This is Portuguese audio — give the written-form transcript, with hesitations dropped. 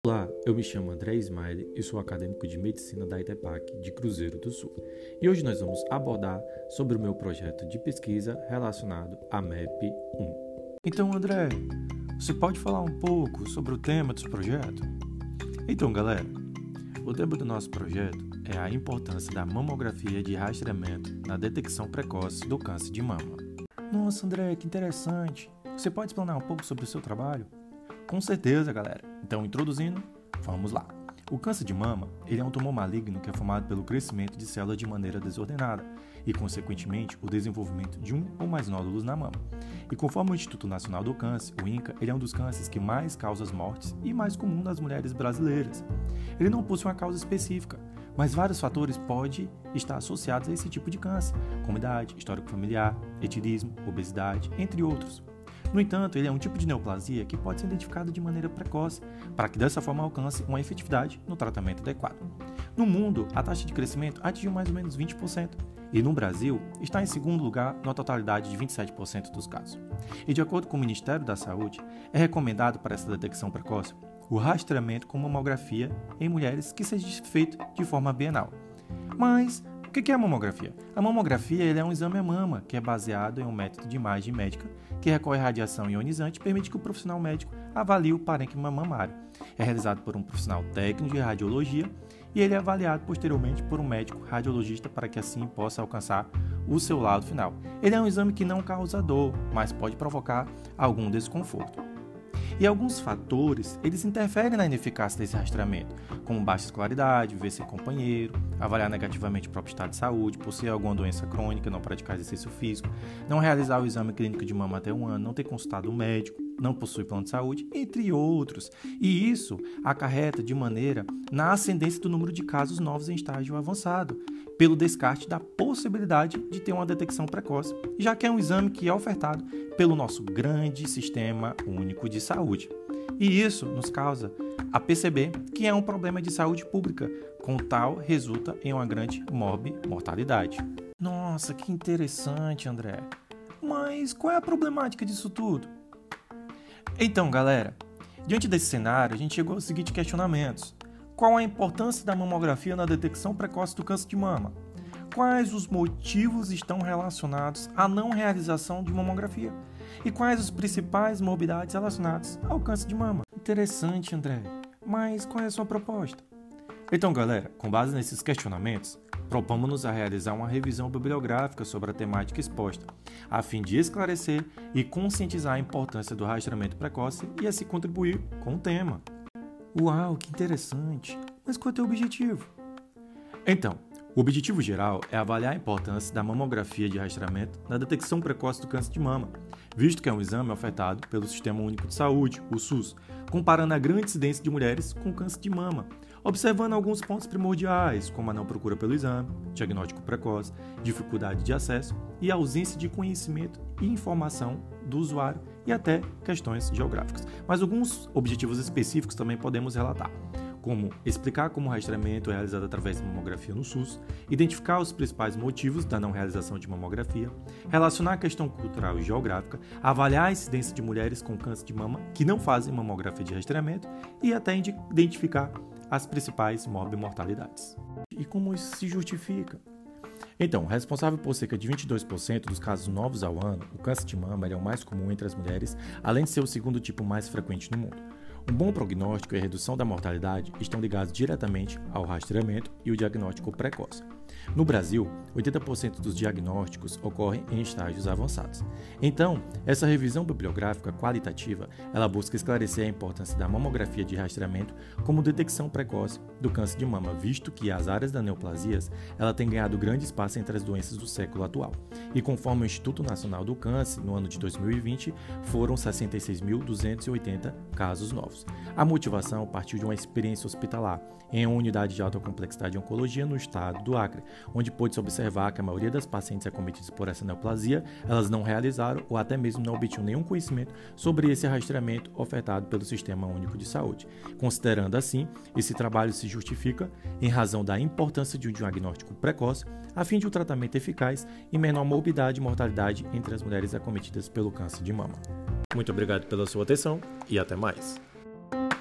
Olá, eu me chamo André Ismaili e sou acadêmico de Medicina da ITEPAC de Cruzeiro do Sul. E hoje nós vamos abordar sobre o meu projeto de pesquisa relacionado à MEP1. Então, André, você pode falar um pouco sobre o tema desse projeto? Então, galera, o tema do nosso projeto é a importância da mamografia de rastreamento na detecção precoce do câncer de mama. Nossa, André, que interessante! Você pode explanar um pouco sobre o seu trabalho? Com certeza, galera. Então, introduzindo, vamos lá. O câncer de mama, ele é um tumor maligno que é formado pelo crescimento de células de maneira desordenada e, consequentemente, o desenvolvimento de um ou mais nódulos na mama. E conforme o Instituto Nacional do Câncer, o INCA, ele é um dos cânceres que mais causa as mortes e mais comum nas mulheres brasileiras. Ele não possui uma causa específica, mas vários fatores podem estar associados a esse tipo de câncer, como idade, histórico familiar, etilismo, obesidade, entre outros. No entanto, ele é um tipo de neoplasia que pode ser identificado de maneira precoce, para que dessa forma alcance uma efetividade no tratamento adequado. No mundo, a taxa de crescimento atingiu mais ou menos 20%, e no Brasil está em segundo lugar na totalidade de 27% dos casos. E de acordo com o Ministério da Saúde, é recomendado para essa detecção precoce o rastreamento com mamografia em mulheres que seja feito de forma bienal. Mas o que é a mamografia? A mamografia é um exame à mama que é baseado em um método de imagem médica que recorre à radiação ionizante e permite que o profissional médico avalie o parênquima mamário. É realizado por um profissional técnico de radiologia e ele é avaliado posteriormente por um médico radiologista para que assim possa alcançar o seu laudo final. Ele é um exame que não causa dor, mas pode provocar algum desconforto. E alguns fatores, eles interferem na ineficácia desse rastreamento, como baixa escolaridade, viver sem companheiro, avaliar negativamente o próprio estado de saúde, possuir alguma doença crônica, não praticar exercício físico, não realizar o exame clínico de mama até 1 ano, não ter consultado um médico, não possui plano de saúde, entre outros. E isso acarreta de maneira na ascendência do número de casos novos em estágio avançado, pelo descarte da possibilidade de ter uma detecção precoce, já que é um exame que é ofertado pelo nosso grande Sistema Único de Saúde. E isso nos causa a perceber que é um problema de saúde pública, com tal resulta em uma grande mortalidade. Nossa, que interessante, André. Mas qual é a problemática disso tudo? Então, galera, diante desse cenário, a gente chegou aos seguintes questionamentos. Qual a importância da mamografia na detecção precoce do câncer de mama? Quais os motivos estão relacionados à não realização de mamografia? E quais os principais morbidades relacionadas ao câncer de mama? Interessante, André. Mas qual é a sua proposta? Então, galera, com base nesses questionamentos, propomos-nos a realizar uma revisão bibliográfica sobre a temática exposta, a fim de esclarecer e conscientizar a importância do rastreamento precoce e assim contribuir com o tema. Uau, que interessante! Mas qual é o teu objetivo? Então, o objetivo geral é avaliar a importância da mamografia de rastreamento na detecção precoce do câncer de mama, visto que é um exame ofertado pelo Sistema Único de Saúde, o SUS, comparando a grande incidência de mulheres com câncer de mama, observando alguns pontos primordiais, como a não procura pelo exame, diagnóstico precoce, dificuldade de acesso e ausência de conhecimento e informação do usuário e até questões geográficas. Mas alguns objetivos específicos também podemos relatar, como explicar como o rastreamento é realizado através da mamografia no SUS, identificar os principais motivos da não realização de mamografia, relacionar a questão cultural e geográfica, avaliar a incidência de mulheres com câncer de mama que não fazem mamografia de rastreamento e até identificar as principais morbimortalidades. E como isso se justifica? Então, responsável por cerca de 22% dos casos novos ao ano, o câncer de mama é o mais comum entre as mulheres, além de ser o segundo tipo mais frequente no mundo. Um bom prognóstico e a redução da mortalidade estão ligados diretamente ao rastreamento e o diagnóstico precoce. No Brasil, 80% dos diagnósticos ocorrem em estágios avançados. Então, essa revisão bibliográfica qualitativa, ela busca esclarecer a importância da mamografia de rastreamento como detecção precoce do câncer de mama, visto que as áreas da neoplasias, ela tem ganhado grande espaço entre as doenças do século atual. E conforme o Instituto Nacional do Câncer, no ano de 2020, foram 66.280 casos novos. A motivação partiu de uma experiência hospitalar em uma unidade de alta complexidade de oncologia no estado do Acre, onde pôde-se observar que a maioria das pacientes acometidas por essa neoplasia, elas não realizaram ou até mesmo não obtinham nenhum conhecimento sobre esse rastreamento ofertado pelo Sistema Único de Saúde. Considerando assim, esse trabalho se justifica em razão da importância de um diagnóstico precoce, a fim de um tratamento eficaz e menor morbidade e mortalidade entre as mulheres acometidas pelo câncer de mama. Muito obrigado pela sua atenção e até mais!